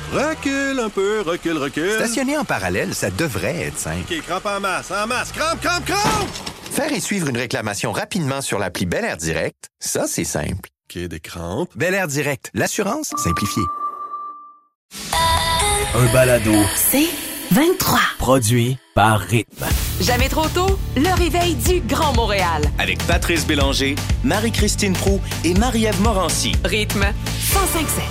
Recule un peu, recule. Stationner en parallèle, ça devrait être simple. OK, crampe en masse, crampe! Faire et suivre une réclamation rapidement sur l'appli Bel Air Direct, ça, c'est simple. OK, des crampes. Bel Air Direct, l'assurance simplifiée. Un balado. C'est 23. Produit par Rythme. Jamais trop tôt, le réveil du Grand Montréal. Avec Patrice Bélanger, Marie-Christine Proulx et Marie-Ève Morancy. Rythme 105.7.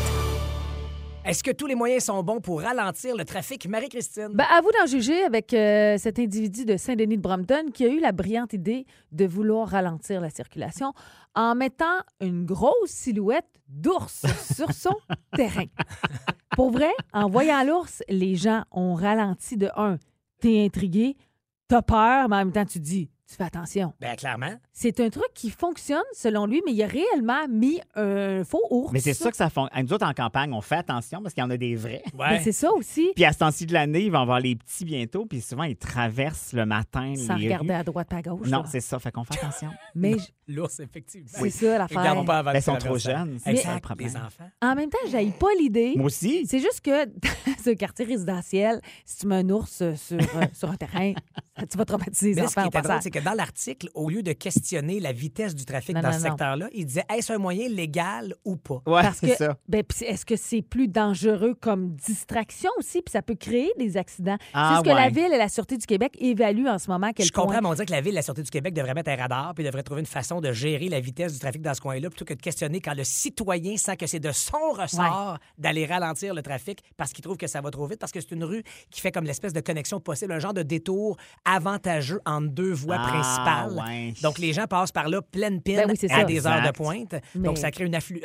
Est-ce que tous les moyens sont bons pour ralentir le trafic, Marie-Christine? Ben, à vous d'en juger avec cet individu de Saint-Denis de Brompton qui a eu la brillante idée de vouloir ralentir la circulation en mettant une grosse silhouette d'ours sur son terrain. Pour vrai, en voyant l'ours, les gens ont ralenti de un. T'es intrigué, t'as peur, mais en même temps, tu dis, tu fais attention. Ben clairement. C'est un truc qui fonctionne selon lui, mais il a réellement mis un faux ours. Mais c'est ça que ça fonctionne. Nous autres, en campagne, on fait attention parce qu'il y en a des vrais. Ouais. Mais c'est ça aussi. Puis à ce temps-ci de l'année, ils vont avoir les petits bientôt, puis souvent, ils traversent le matin Sans les regarder rues. à droite pas à gauche. Non, là. c'est ça. Fait qu'on fait attention. Mais L'ours, effectivement. c'est ça l'affaire. Regardons pas avant Ben, de ils sont traverser. trop jeunes, c'est ça le Exact, problème. les enfants. En même temps, j'haïs pas l'idée. Moi aussi. C'est juste que dans ce quartier résidentiel, si tu mets un ours sur un terrain, tu vas traumatiser les Mais là, ce qui enfants au était drôle, passage. c'est que dans l'article, au lieu de questionner la vitesse du trafic Non, dans non, ce non. secteur-là, il disait est-ce un moyen légal ou pas? Ouais, Parce c'est que, ça. ben, puis est-ce que c'est plus dangereux comme distraction aussi? Puis ça peut créer des accidents. Ah, c'est ce que la ouais. Ville et la Sûreté du Québec évaluent en ce moment. À quel Je comprends, point... mais on dirait que la Ville et la Sûreté du Québec devraient mettre un radar puis devraient trouver une façon de gérer la vitesse du trafic dans ce coin-là plutôt que de questionner quand le citoyen sent que c'est de son ressort d'aller ralentir le trafic parce qu'il trouve que ça va trop vite, parce que c'est une rue qui fait comme l'espèce de connexion possible, un genre de détour avantageux entre deux voies principales. Ouais. Donc, les gens passent par là pleine pine Ben oui, c'est à ça. des heures de Exact. pointe. Mais- Donc, ça crée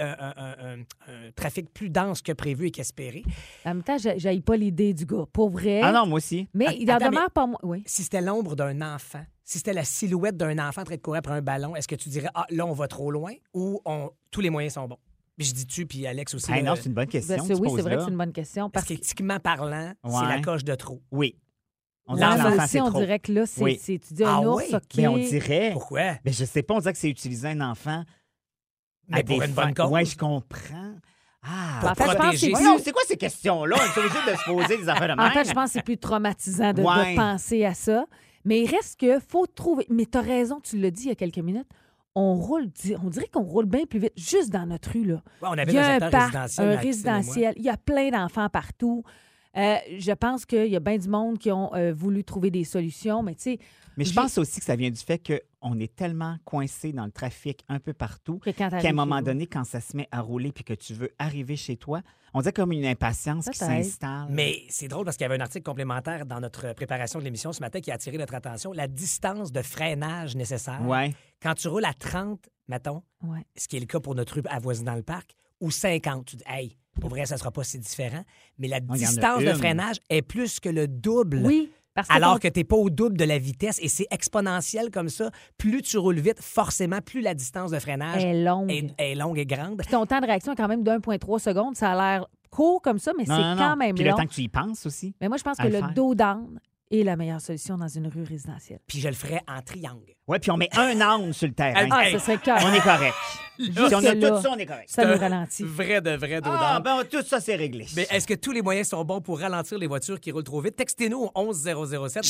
un trafic plus dense que prévu et qu'espéré. En même temps, j'haïs pas l'idée du gars. Pour vrai. Ah non, moi aussi. Mais il en Attends, demeure pas moins. Oui. Si c'était l'ombre d'un enfant, si c'était la silhouette d'un enfant en train de courir après un ballon, est-ce que tu dirais, ah, là, on va trop loin ou tous les moyens sont bons? Puis je dis tu, puis Alex aussi. Ah là, non, c'est une bonne question. Ben, tu oui, c'est poses vrai là. que c'est une bonne question. parce Parce que qu'éthiquement parlant, c'est Ouais. la coche de trop. Oui. On là, dirait que moi l'enfant, aussi, c'est on trop. dirait que là, Oui. tu dis un Ah ours, oui? OK. Mais on dirait. Pourquoi? Mais je sais pas, on dirait que c'est utiliser un enfant. Mais à pour des une bonne fins- cause. Ouais, je comprends. Ah, En fait, je pense que protéger. c'est Voyons, plus... c'est quoi ces questions-là? On est obligé de se poser des affaires de même. En fait, je pense que c'est plus traumatisant de Ouais. penser à ça. Mais il reste que faut trouver... Mais tu as raison, tu l'as dit il y a quelques minutes. On dirait qu'on roule bien plus vite juste dans notre rue, là. Ouais, on avait Il y a un un secteur parc, résidentiel. un Maxime et moi. résidentiel. Il y a plein d'enfants partout. Je pense qu'il y a bien du monde qui ont voulu trouver des solutions, mais tu sais, Mais je pense aussi que ça vient du fait qu'on est tellement coincé dans le trafic un peu partout que quand qu'à un moment donné, quand ça se met à rouler puis que tu veux arriver chez toi, on dirait comme une impatience qui Peut-être. s'installe. Mais c'est drôle parce qu'il y avait un article complémentaire dans notre préparation de l'émission ce matin qui a attiré notre attention. La distance de freinage nécessaire. Ouais. Quand tu roules à 30, mettons, Ouais. ce qui est le cas pour notre rue avoisinant le parc, ou 50, tu dis, hey, pour vrai, ça sera pas si différent. Mais la il y en a distance de une. freinage est plus que le double. Oui, parce que Alors que tu n'es pas au double de la vitesse et c'est exponentiel comme ça. Plus tu roules vite, forcément, plus la distance de freinage est longue. est longue et grande. Puis ton temps de réaction est quand même d'1,3 secondes. Ça a l'air court comme ça, mais Non, c'est non, quand non. même Puis long. le temps que tu y penses aussi. Mais moi, je pense à que le le faire. dos down est la meilleure solution dans une rue résidentielle. Puis je le ferais en triangle. Ouais, puis on met un âne sur le terrain. Ah, Hey, ce serait cœur. On est correct. Si on a Jusque-là, tout ça, on est correct. ça nous ralentit. Vrai de vrai dos Ah, down. ben tout ça, c'est réglé. Mais est-ce que tous les moyens sont bons pour ralentir les voitures qui roulent trop vite? Textez-nous au 11007.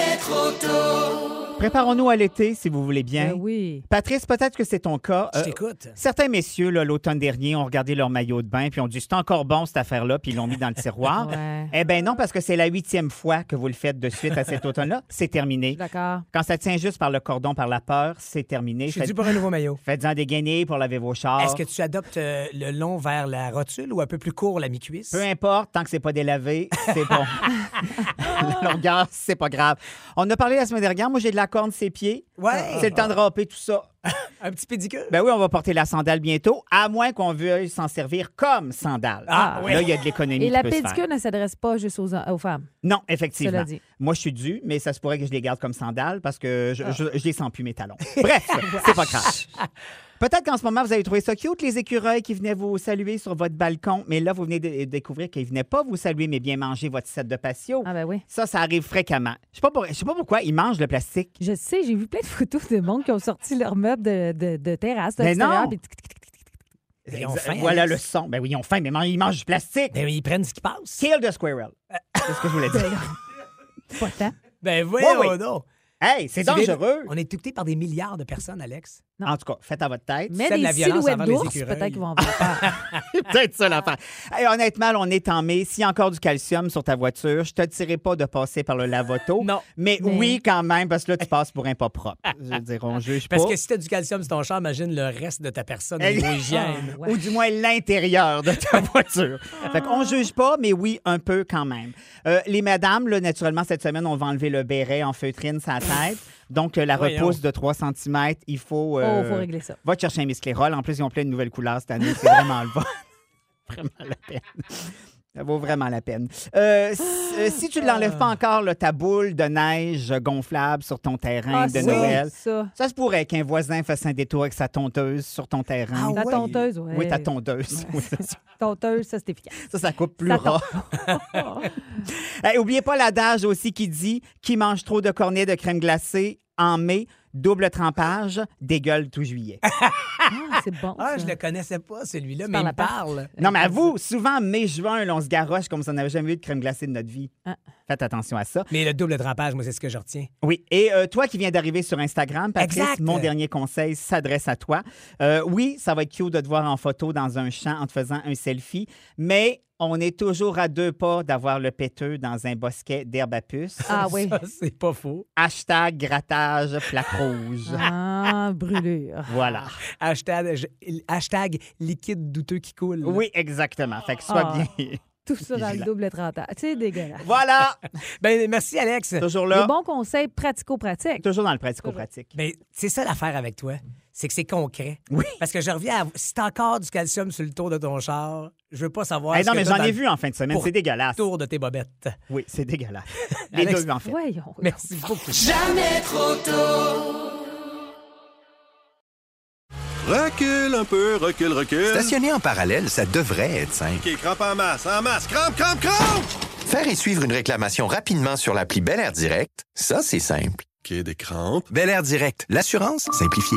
Préparons-nous à l'été, si vous voulez bien. Oui. Patrice, peut-être que c'est ton cas. Je t'écoute. Certains messieurs, là, l'automne dernier, ont regardé leur maillot de bain puis ont dit c'est encore bon cette affaire-là, puis ils l'ont mis dans le tiroir. Ouais. Eh bien non, parce que c'est la 8e fois que vous le faites de suite à cet automne-là. C'est terminé. D'accord. Quand ça tient juste par le cordon, par la peur, c'est terminé. Je suis dû pour un nouveau maillot. Faites-en des gainés pour laver vos chars. Est-ce que tu adoptes le long vers la rotule ou un peu plus court la mi-cuisse? Peu importe, tant que c'est pas délavé, c'est bon. La longueur, c'est pas grave. On a parlé la semaine dernière. Moi, j'ai de la corne ses pieds. Ouais. C'est le temps de râper tout ça. Un petit pédicure? Ben oui, on va porter la sandale bientôt, à moins qu'on veuille s'en servir comme sandale. Ah, oui. Là, il y a de l'économie Et qui la peut se faire. pédicure ne s'adresse pas juste aux femmes. Non, effectivement. Cela dit. Moi, je suis dû, mais ça se pourrait que je les garde comme sandales parce que Ah. je les sens plus mes talons. Bref, c'est pas grave. Peut-être qu'en ce moment, vous avez trouvé ça cute, les écureuils qui venaient vous saluer sur votre balcon, mais là, vous venez de découvrir qu'ils ne venaient pas vous saluer, mais bien manger votre set de patio. Ah ben oui. Ça arrive fréquemment. Je sais pas pourquoi ils mangent le plastique. Je sais, j'ai vu plein de photos de monde qui ont sorti leurs meubles de terrasse de Mais l'extérieur, non. puis tic, tic, tic, tic, tic. Ils ont faim, Voilà Alex. le son. Ben oui, ils ont faim, mais ils mangent du plastique. Ben, ils prennent ce qui passe. Kill the squirrel. C'est ce que je voulais dire. Pas tant. Ben voyons Oui. donc. Hey, c'est Tu viens de- dangereux. On est écouté par des milliards de personnes, Alex. En tout cas, faites à votre tête. Mais C'est de la des violence silhouettes envers les d'ours, écureuils. peut-être qu'ils vont en faire. C'est peut-être ça l'affaire. Hey, honnêtement, là, on est en mai. S'il y a encore du calcium sur ta voiture, je te dirai pas de passer par le lave-auto. Non. Mais oui, quand même, parce que là, tu passes pour un pas propre. Je veux dire, on juge Parce pas. que si tu as du calcium sur ton char, imagine le reste de ta personne, Hey. niveau hygiène. Ouais. Ou du moins l'intérieur de ta voiture. Fait qu'on juge pas, mais oui, un peu quand même. Les madames, là, naturellement, cette semaine, on va enlever le béret en feutrine sa tête. Donc, la Voyons. repousse de 3 cm, il faut... Faut régler ça. Va te chercher un misclérol. En plus, ils ont plein de nouvelles couleurs cette année. C'est vraiment le fun. Vraiment la peine. Ça vaut vraiment la peine. Si tu ne l'enlèves pas encore, là, ta boule de neige gonflable sur ton terrain de ça, Noël, ça. ça se pourrait qu'un voisin fasse un détour avec sa tondeuse sur ton terrain. Ta ouais. tonteuse, oui. Oui, ta tondeuse. Oui, c'est ça. Tonteuse, ça, c'est efficace. Ça coupe plus Ça ras. Hey, oubliez pas l'adage aussi qui dit qui mange trop de cornets de crème glacée en mai, double trempage, dégueule tout juillet. Ah, c'est bon. Ah, ça. je le connaissais pas, celui-là, Tu mais il me parles à parle. Non, mais à vous, souvent, mai, juin, là, on se garoche comme si on n'avait jamais eu de crème glacée de notre vie. Ah. Faites attention à ça. Mais le double trempage, moi, c'est ce que je retiens. Oui. Et toi qui viens d'arriver sur Instagram, Patrice, Exact. mon dernier conseil s'adresse à toi. Oui, ça va être cute de te voir en photo dans un champ en te faisant un selfie, mais on est toujours à 2 pas d'avoir le péteux dans un bosquet d'herbe à puce. Ah oui. Ça, c'est pas faux. Hashtag grattage plaque rouge. Ah, brûlure. Voilà. Hashtag liquide douteux qui coule. Oui, exactement. Fait que sois Ah. bien. Tout ça dans le Vigilant. double 30 ans. C'est dégueulasse. Voilà. Ben, merci, Alex. Toujours Les là. bons conseils pratico-pratiques. Toujours dans le pratico-pratique. Ben, c'est ça l'affaire avec toi. C'est que c'est concret. Oui. Parce que je reviens à... Si t'as encore du calcium sur le tour de ton char, je veux pas savoir Hey, ce non, que mais t'as j'en dans ai le vu en fin de semaine. pour- C'est dégueulasse. tour de tes bobettes. Oui, c'est dégueulasse. Les Alex- deux, en fait. Voyons. Merci beaucoup. Recule un peu, recule. Stationner en parallèle, ça devrait être simple. OK, crampe en masse, crampe, crampe, crampe! Faire et suivre une réclamation rapidement sur l'appli Bel Air Direct, ça, c'est simple. OK, des crampes. Bel Air Direct, l'assurance simplifiée.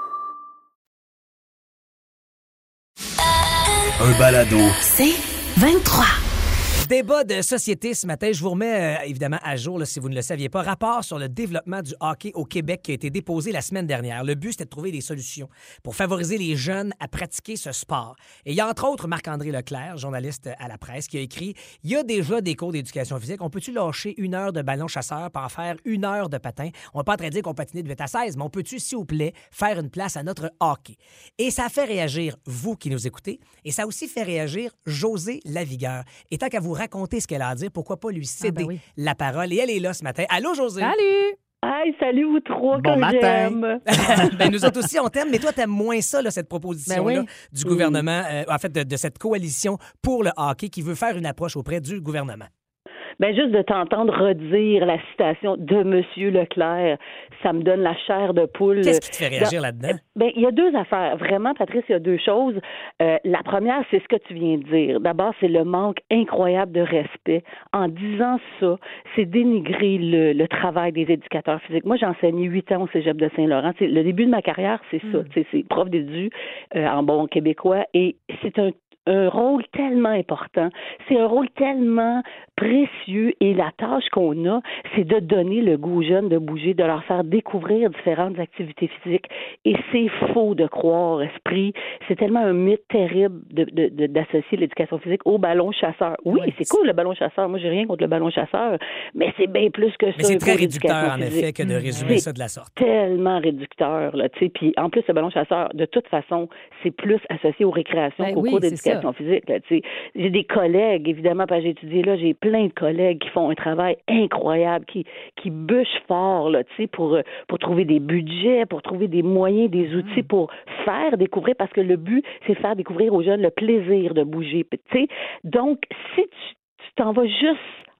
Un balado. C'est 23. Débat de société ce matin. Je vous remets évidemment à jour, là, si vous ne le saviez pas, rapport sur le développement du hockey au Québec qui a été déposé la semaine dernière. Le but, c'était de trouver des solutions pour favoriser les jeunes à pratiquer ce sport. Et il y a entre autres Marc-André Leclerc, journaliste à la presse, qui a écrit « Il y a déjà des cours d'éducation physique. On peut-tu lâcher 1 heure de ballon chasseur pour en faire 1 heure de patin? On n'est pas en train de dire qu'on patinait de 8 à 16, mais on peut-tu, s'il vous plaît, faire une place à notre hockey? » Et ça a fait réagir vous qui nous écoutez, et ça a aussi fait réagir Josée Lavigueur. Et tant qu'à vous raconter ce qu'elle a à dire, pourquoi pas lui céder oui. la parole? Et elle est là ce matin. Allô, Josée? Salut! Hey, salut vous trois, Bon que matin. j'aime. Ben, nous autres aussi, on t'aime, mais toi, t'aimes moins ça, là, cette proposition-là Ben oui. du gouvernement, en fait, de cette coalition pour le hockey qui veut faire une approche auprès du gouvernement. Ben juste de t'entendre redire la citation de Monsieur Leclerc, ça me donne la chair de poule. Qu'est-ce qui te fait réagir là-dedans? Ben il y a 2 affaires. Vraiment, Patrice, il y a 2 choses. La première, c'est ce que tu viens de dire. D'abord, c'est le manque incroyable de respect. En disant ça, c'est dénigrer le travail des éducateurs physiques. Moi, j'ai enseigné 8 ans au cégep de Saint-Laurent. Le début de ma carrière, c'est ça. C'est prof d'édu en bon québécois. Et c'est un rôle tellement important, c'est un rôle tellement précieux et la tâche qu'on a, c'est de donner le goût aux jeunes de bouger, de leur faire découvrir différentes activités physiques. Et c'est faux de croire, esprit, c'est tellement un mythe terrible d'associer l'éducation physique au ballon chasseur. Oui, Ouais. c'est cool le ballon chasseur, moi j'ai rien contre le ballon chasseur, mais c'est bien plus que ça. Mais c'est très pour réducteur, l'éducation en physique. effet, que de résumer C'est ça de la sorte. tellement réducteur, là, tu sais. Puis en plus, le ballon chasseur, de toute façon, c'est plus associé aux récréations Ben qu'aux oui, cours c'est d'éducation physique, là, tu sais. J'ai des collègues, évidemment, parce que j'ai étudié là, j'ai plein de collègues qui font un travail incroyable, qui bûchent fort, là, tu sais, pour trouver des budgets, pour trouver des moyens, des outils pour faire découvrir, parce que le but, c'est de faire découvrir aux jeunes le plaisir de bouger, tu sais. Donc, si tu t'en vas juste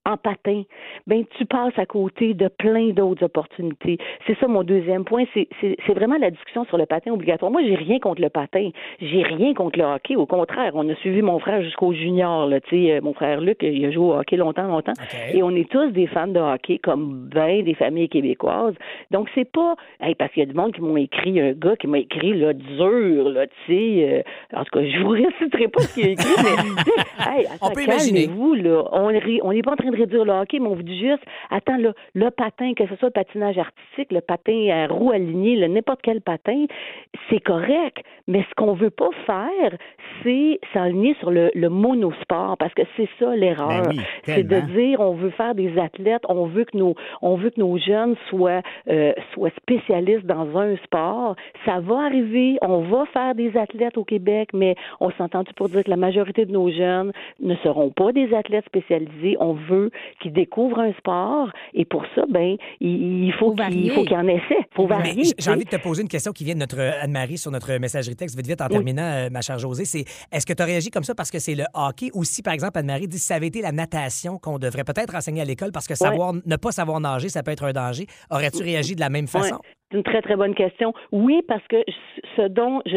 en patin, ben tu passes à côté de plein d'autres opportunités. C'est ça mon deuxième point, c'est vraiment la discussion sur le patin obligatoire. Moi, j'ai rien contre le patin, j'ai rien contre le hockey. Au contraire, on a suivi mon frère jusqu'au junior. Là, mon frère Luc, il a joué au hockey longtemps. Okay. Et on est tous des fans de hockey, comme bien des familles québécoises. Donc, c'est pas... parce qu'il y a du monde qui m'ont écrit, un gars qui m'a écrit là, dur, là, en tout cas, je vous réciterai pas ce qu'il a écrit, mais on peut imaginer. Calmez-vous, là. On n'est pas en train de réduire le hockey, mais on vous dit juste, attends, là, le patin, que ce soit le patinage artistique, le patin à roues alignées, n'importe quel patin, c'est correct. Mais ce qu'on veut pas faire, c'est s'aligner sur le monosport, parce que c'est ça l'erreur. Ben oui, c'est de dire, on veut faire des athlètes, on veut que nos jeunes soient spécialistes dans un sport. Ça va arriver, on va faire des athlètes au Québec, mais on s'entend pour dire que la majorité de nos jeunes ne seront pas des athlètes spécialisés. On veut qu'ils découvrent un sport, et pour ça, ben, il faut qu'ils en essaient. Il faut varier. J'ai envie de te poser une question qui vient de notre Anne-Marie sur notre messagerie texte, vite en terminant, ma chère Josée. C'est, est-ce que tu as réagi comme ça parce que c'est le hockey, ou si, par exemple, Anne-Marie dit que ça avait été la natation qu'on devrait peut-être enseigner à l'école parce que ne pas savoir nager, ça peut être un danger. Aurais-tu réagi de la même façon? C'est une très, très bonne question. Oui, parce que ce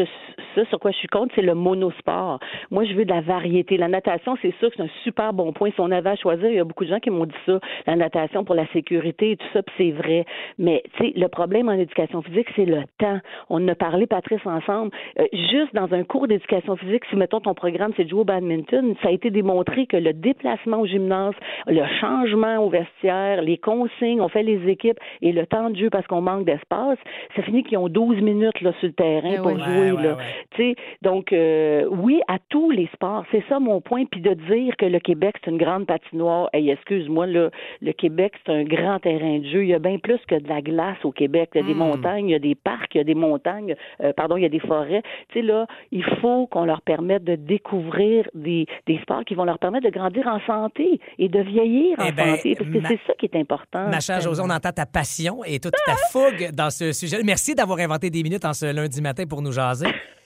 sur quoi je suis contre, c'est le monosport. Moi, je veux de la variété. La natation, c'est sûr que c'est un super bon point. Si on avait à choisir, il y a beaucoup de gens qui m'ont dit ça, la natation pour la sécurité et tout ça, puis c'est vrai. Mais, tu sais, le problème en éducation physique, c'est le temps. On en a parlé, Patrice, ensemble. Juste dans un cours d'éducation physique, si, mettons, ton programme, c'est de jouer au badminton, ça a été démontré que le déplacement au gymnase, le changement au vestiaire, les consignes, on fait les équipes et le temps de jeu parce qu'on manque d'espace, ça finit qu'ils ont 12 minutes là, sur le terrain pour jouer. Là. Donc, oui, à tous les sports. C'est ça mon point. Puis de dire que le Québec, c'est une grande patinoire. Hey, excuse-moi, là, le Québec, c'est un grand terrain de jeu. Il y a bien plus que de la glace au Québec. Il y a des montagnes, il y a des parcs, il y a des montagnes, il y a des forêts. Tu sais, là, il faut qu'on leur permette de découvrir des sports qui vont leur permettre de grandir en santé et de vieillir en santé. Parce que c'est ça qui est important. Ma chère Josée, on entend ta passion et toute ta fougue dans ce sujet. Merci d'avoir inventé des minutes en ce lundi matin pour nous jaser.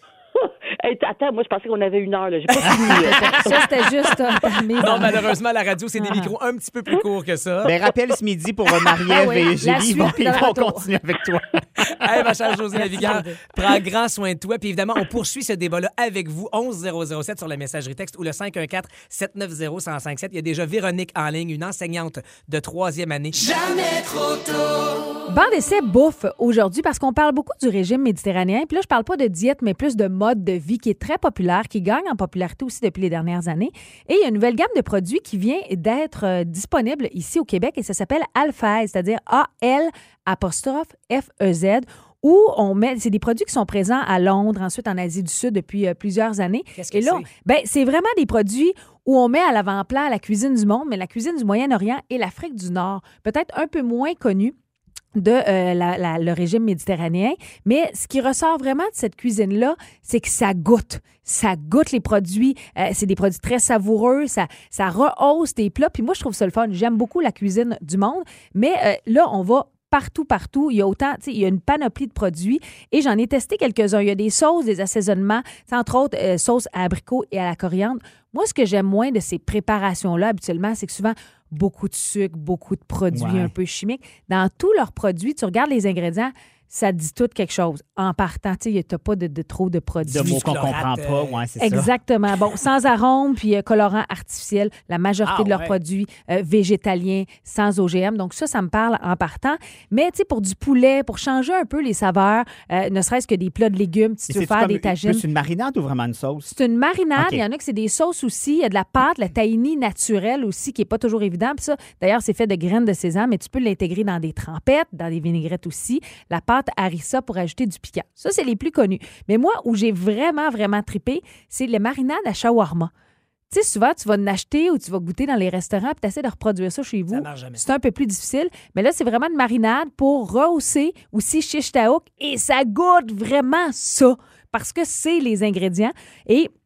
Hey, attends, moi, je pensais qu'on avait une heure. Là. J'ai pas fini. Ça, c'était juste non, malheureusement, la radio, c'est des micros un petit peu plus courts que ça. Ben, rappelle ce midi pour Marie-Ève et Julie. Ils vont continuer avec toi. Hey, ma chère Josée Lavigueur, prends grand soin de toi. Puis évidemment, on poursuit ce débat-là avec vous. 11007 sur la messagerie texte ou le 514-790-1057. Il y a déjà Véronique en ligne, une enseignante de 3e année. Jamais trop tôt. Banc d'essai bouffe aujourd'hui parce qu'on parle beaucoup du régime méditerranéen. Puis là, je parle pas de diète, mais plus de mode de vie qui est très populaire, qui gagne en popularité aussi depuis les dernières années. Et il y a une nouvelle gamme de produits qui vient d'être disponible ici au Québec et ça s'appelle Alphèze, c'est-à-dire A-L''F-E-Z, où on met, c'est des produits qui sont présents à Londres, ensuite en Asie du Sud depuis plusieurs années. Qu'est-ce que et là, c'est vraiment des produits où on met à l'avant-plan la cuisine du monde, mais la cuisine du Moyen-Orient et l'Afrique du Nord, peut-être un peu moins connue de le régime méditerranéen. Mais ce qui ressort vraiment de cette cuisine-là, c'est que ça goûte. Ça goûte les produits. C'est des produits très savoureux. Ça rehausse tes plats. Puis moi, je trouve ça le fun. J'aime beaucoup la cuisine du monde. Mais là, on va partout. Il y a il y a une panoplie de produits et j'en ai testé quelques-uns. Il y a des sauces, des assaisonnements, entre autres, sauces à abricots et à la coriandre. Moi, ce que j'aime moins de ces préparations-là, habituellement, c'est que souvent, beaucoup de sucre, beaucoup de produits un peu chimiques. Dans tous leurs produits, tu regardes les ingrédients, ça dit tout quelque chose. En partant, tu sais, tu n'as pas de trop de produits. De mots qu'on ne comprend pas, c'est ça. Exactement. Bon, sans arôme, puis colorant artificiel, la majorité de leurs produits végétaliens, sans OGM. Donc ça me parle en partant. Mais, tu sais, pour du poulet, pour changer un peu les saveurs, ne serait-ce que des plats de légumes, si tu veux faire des tagines. C'est une marinade ou vraiment une sauce? C'est une marinade. Okay. Il y en a que c'est des sauces aussi. Il y a de la pâte, la tahini naturelle aussi, qui n'est pas toujours évident. Puis ça, d'ailleurs, c'est fait de graines de sésame, mais tu peux l'intégrer dans des trempettes, dans des vinaigrettes aussi. La pâte harissa pour ajouter du piquant. Ça, c'est les plus connus. Mais moi, où j'ai vraiment, vraiment trippé, c'est les marinades à shawarma. Tu sais, souvent, tu vas en acheter ou tu vas goûter dans les restaurants puis tu essaies de reproduire ça chez vous. Ça marche jamais. C'est un peu plus difficile. Mais là, c'est vraiment une marinade pour rehausser aussi shish taouk et ça goûte vraiment ça parce que c'est les ingrédients. Et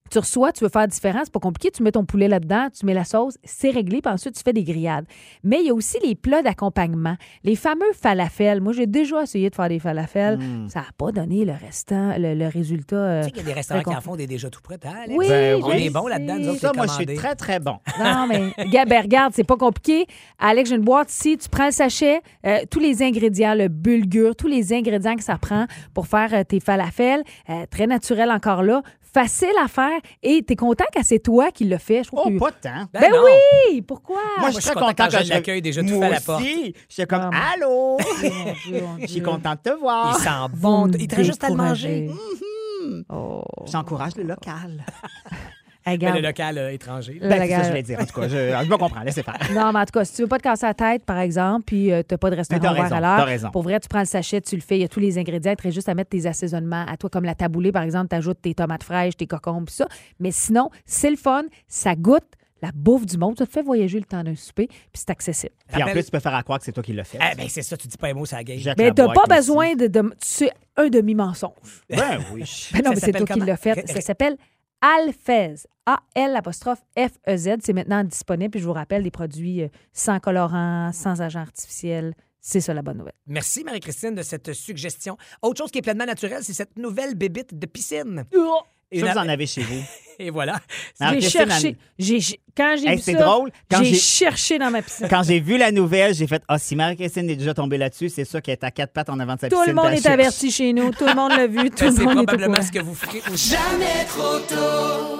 Tu reçois, tu veux faire différent, c'est pas compliqué. Tu mets ton poulet là-dedans, tu mets la sauce, c'est réglé, puis ensuite, tu fais des grillades. Mais il y a aussi les plats d'accompagnement. Les fameux falafels. Moi, j'ai déjà essayé de faire des falafels. Ça n'a pas donné le restant, le résultat. Tu sais qu'il y a des restaurants qui en font des déjà tout prêts, hein, Alex? Oui, on est bons là-dedans, nous autres, Ça, les moi, je suis commandés. très, très bon. Non, mais regarde, c'est pas compliqué. Alex, j'ai une boîte ici. Tu prends le sachet, tous les ingrédients, le bulgur, tous les ingrédients que ça prend pour faire tes falafels. Très naturel encore là. Facile à faire. Et t'es content que c'est toi qui l'as fait. Je trouve Oh, que... pas tant. Ben non. oui! Pourquoi? Moi, je suis très content quand quand je l'accueille déjà tout Moi fait à la porte. aussi. J'étais comme, Ah, allô? Mon Dieu, mon Je suis Dieu. contente de te voir. Il sent bon. Il te reste juste à le Découragé. manger. Oh. J'encourage le local. Hey, Mais regarde. le local étranger. Le Ben, c'est ça que local. je voulais dire. En tout cas, je me comprends. Laissez faire. Non, mais en tout cas, si tu veux pas te casser la tête, par exemple, puis t'as pas de Mais restaurant t'as ouvert raison, à l'heure, t'as raison. pour vrai, tu prends le sachet, tu le fais, il y a tous les ingrédients, il te reste juste à mettre tes assaisonnements à toi, comme la taboulée, par exemple, tu ajoutes tes tomates fraîches, tes cocombes, puis ça. Mais sinon, c'est le fun, ça goûte la bouffe du monde, ça te fait voyager le temps d'un souper, puis c'est accessible. Puis en Rappelle- plus, tu peux faire à croire que c'est toi qui l'as fait. Eh ben c'est ça, tu dis pas un mot, ça gagne. Jette Mais la t'as boîte pas aussi. besoin c'est un demi-mensonge. Ben oui. Ben non, Ça mais c'est s'appelle toi qui comment? l'as fait. Ça s'appelle Alfez. A-L''F-E-Z. C'est maintenant disponible. Puis je vous rappelle, des produits sans colorant, sans agent artificiel. C'est ça la bonne nouvelle. Merci, Marie-Christine, de cette suggestion. Autre chose qui est pleinement naturelle, c'est cette nouvelle bébite de piscine. Et, Ça, la- vous en avez chez vous. et voilà. J'ai Christine, cherché. Quand j'ai Hey, vu c'est ça, drôle. Quand j'ai j'ai- cherché dans ma piscine. Quand j'ai vu la nouvelle, j'ai fait « Ah, si Marie-Christine est déjà tombée là-dessus, c'est sûr qu'elle est à quatre pattes en avant de sa Tout piscine. le monde puis est elle cherche. averti chez nous. Tout le monde l'a vu. Tout Ben, le c'est monde est au probablement courant. ce que vous ferez aussi. Jamais trop tôt.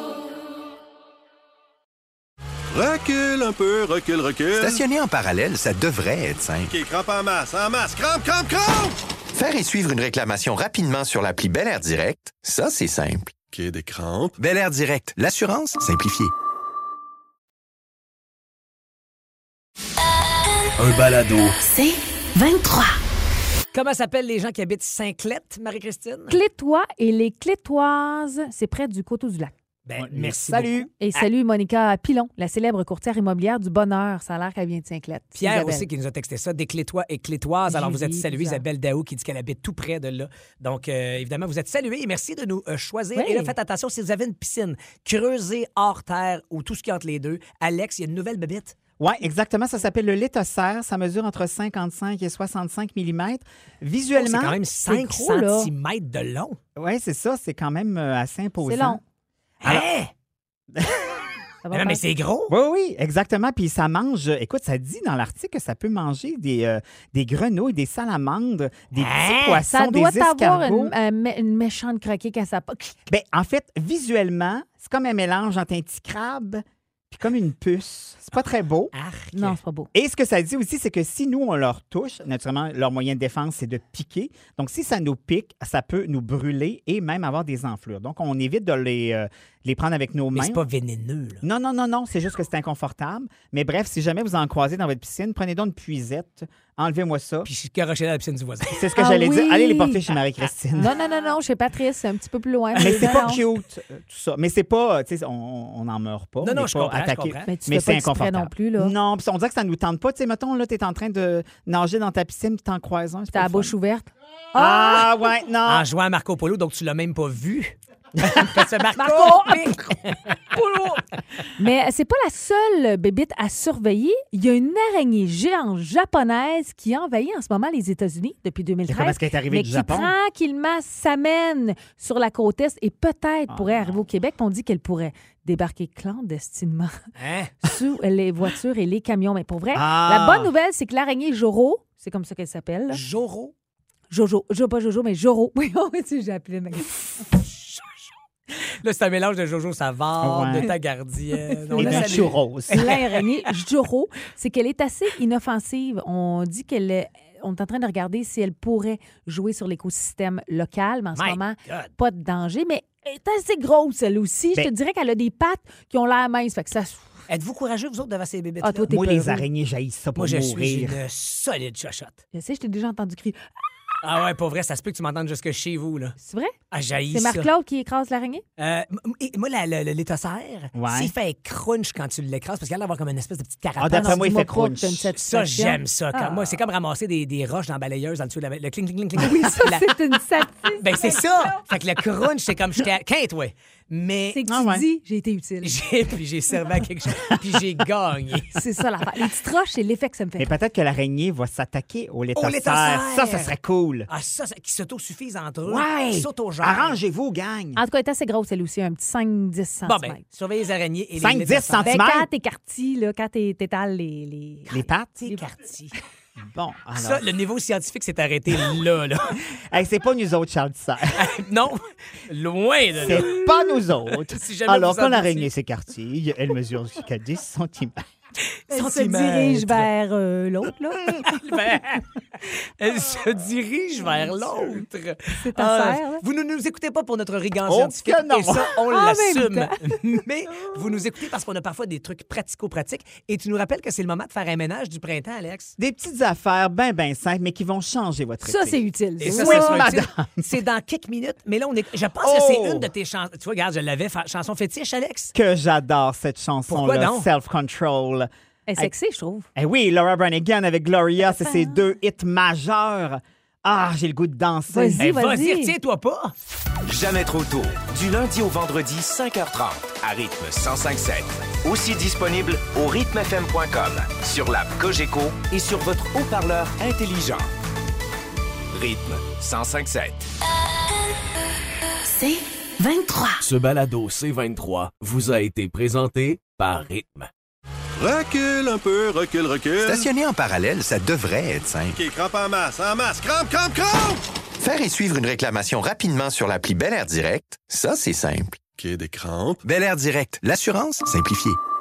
Recule un peu, recule. Stationner en parallèle, ça devrait être simple. OK, crampe en masse, crampe! Faire et suivre une réclamation rapidement sur l'appli Bel Air Direct, ça, c'est simple. OK, des crampes. Bel Air Direct, l'assurance simplifiée. Un balado. C'est 23. Comment s'appellent les gens qui habitent Saint-Clette, Marie-Christine? Clétois et les Clétoises, c'est près du Coteau-du-Lac. Ben, merci Salut. Et salut Monica Pilon, la célèbre courtière immobilière du bonheur. Ça a l'air qu'elle vient de Saint-Clette. C'est Pierre Isabelle. aussi qui nous a texté ça, des Clétois et Clétoises. Alors, J'ai vous êtes vu salués. ça. Isabelle Daou qui dit qu'elle habite tout près de là. Donc, évidemment, vous êtes salués et merci de nous choisir. Oui. Et là, faites attention, si vous avez une piscine creusée hors terre ou tout ce qui est entre les deux, Alex, il y a une nouvelle bébite. Oui, exactement. Ça s'appelle le léthocère. Ça mesure entre 55 et 65 mm. Visuellement, C'est quand même 5 gros, là. cm de long. oui, c'est ça. C'est quand même assez imposant. C'est long. Alors- Hein? Ça va Mais non, mais faire- c'est gros. Oui, oui, exactement. Puis ça mange, écoute, ça dit dans l'article que ça peut manger des grenouilles, des salamandres, des petits poissons, Ça doit des avoir escargots. une méchante croquée quand ça... Ben, en fait, visuellement, c'est comme un mélange entre un petit crabe puis comme une puce. C'est pas très beau. Arc. Non, c'est pas beau. Et ce que ça dit aussi, c'est que si nous, on leur touche, naturellement, leur moyen de défense, c'est de piquer. Donc, si ça nous pique, ça peut nous brûler et même avoir des enflures. Donc, on évite de les prendre avec nos Mais mains. c'est pas vénéneux, là. Non, c'est juste que c'est inconfortable. Mais bref, si jamais vous en croisez dans votre piscine, prenez donc une puisette, enlevez-moi ça. Puis je suis garoché dans la piscine du voisin. C'est ce que Ah j'allais oui. dire. Allez les porter chez Marie-Christine. Non, chez Patrice, c'est un petit peu plus loin. Mais c'est pas non. cute, tout ça. Mais c'est pas, tu sais, on n'en meurt pas. Non, on non, n'est je pas comprends, je attaqué. comprends. Mais tu Mais fais pas c'est exprès inconfortable. non plus, là. Non, puis on dirait que ça nous tente pas. Tu sais, mettons, là, t'es en train de nager dans ta piscine, puis t'en croises un. c'est T'as pas la le fun. bouche ouverte. Ah, ouais, non. En jouant à Marco Polo, donc tu l'as même pas vu. Parce que Marco! Mais c'est pas la seule bébite à surveiller. Il y a une araignée géante japonaise qui envahit en ce moment les États-Unis depuis C'est comme 2013. est-ce qu'elle est arrivée Mais du qui Japon? tranquillement s'amène sur la côte Est et peut-être pourrait arriver au Québec. Puis on dit qu'elle pourrait débarquer clandestinement Hein? sous les voitures et les camions. Mais pour vrai, Ah. la bonne nouvelle, c'est que l'araignée Joro, c'est comme ça qu'elle s'appelle. là. Joro? Jojo. Pas Jojo, mais Joro. Oui, j'ai appelé le mec. Là, c'est un mélange de Jojo Savard, Ouais. de ta gardienne. On Et la d'un salue. churros. L'araignée Joro, c'est qu'elle est assez inoffensive. On dit qu'elle est... On est en train de regarder si elle pourrait jouer sur l'écosystème local, mais en ce My moment, God. pas de danger. Mais elle est assez grosse, elle aussi. Je Ben- te dirais qu'elle a des pattes qui ont l'air minces. Fait que ça... Êtes-vous courageux, vous autres, devant ces bébés? Ah, toi, t'es Moi, les peureux. araignées jaillissent ça pour Moi, je suis mourir. une solide chochotte. Je sais, je t'ai déjà entendu crier. Ah ouais, pour vrai, ça se peut que tu m'entendes jusque chez vous, là. C'est vrai? Ah, jaillit C'est ça. Marc-Claude qui écrase l'araignée? Moi, le léthocère, Ouais. s'il fait crunch quand tu l'écrases, parce qu'il a l'air d'avoir comme une espèce de petite Ah, carapace. d'après moi, il dis-moi fait pas que crunch. t'as une Ça, satisfaction. j'aime ça. Ah. Moi, c'est comme ramasser des roches dans la balayeuse en dessous de le cling, cling, cling, cling. Oui, ça, La- c'est une satisfaction. Ben, c'est ça. Fait que le crunch, c'est comme j'étais à quinte, ouais. Mais C'est que tu dis, j'ai été utile. j'ai servi à quelque chose, puis j'ai gagné. C'est ça l'affaire. Les petites roches, c'est l'effet que ça me fait. Mais peut-être que l'araignée va s'attaquer au létossaire. létossaire. Ça serait cool. Ah, ça, qui s'autosuffisent entre eux. Ouais. Qui s'autogèrent. Arrangez-vous, gang. En tout cas, elle est assez grosse, elle aussi, un petit 5-10 cm. Bon, ben, surveillez les araignées et 5-10 les létossaires. centimètres. Quand t'écartis, là, quand t'étales les... Les pattes? C'est quartier. Bon, alors. Ça, le niveau scientifique s'est arrêté là. Hey, c'est pas nous autres, Charles Tissère. Non, loin de là. C'est pas nous autres. Si jamais Alors, vous quand en l'araignée s'écartille, elle mesure jusqu'à 10 cm. Elle se dirige vers l'autre, là. Elle se dirige vers l'autre. C'est ta sœur, là. Vous ne nous écoutez pas pour notre rigueur Oh scientifique, que non. et ça, on En l'assume. même Mais vous nous écoutez parce qu'on a parfois des trucs pratico-pratiques. Et tu nous rappelles que c'est le moment de faire un ménage du printemps, Alex. Des petites affaires ben simples, mais qui vont changer votre Ça, été. c'est utile. Et ça, Oui, ça sera madame. utile. C'est dans quelques minutes. Mais là, je pense que Oh. c'est une de tes chansons. Tu vois, regarde, je l'avais. Chanson fétiche, Alex. Que j'adore cette Pourquoi chanson-là, donc? Self-Control. Elle est sexy, je trouve. Eh oui, Laura Branigan avec Gloria, c'est ses 2 hits majeurs. Ah, j'ai le goût de danser. Vas-y. Vas-y, retiens-toi pas. Jamais trop tôt. Du lundi au vendredi, 5h30, à rythme 105.7. Aussi disponible au rythmefm.com, sur l'app Cogeco et sur votre haut-parleur intelligent. Rythme 105.7. C'est 23. Ce balado C23 vous a été présenté par Rythme. Recule un peu, recule. Stationner en parallèle, ça devrait être simple. OK, crampe en masse, crampe! Faire et suivre une réclamation rapidement sur l'appli Bel Air Direct, ça, c'est simple. OK, des crampes. Bel Air Direct, l'assurance simplifiée.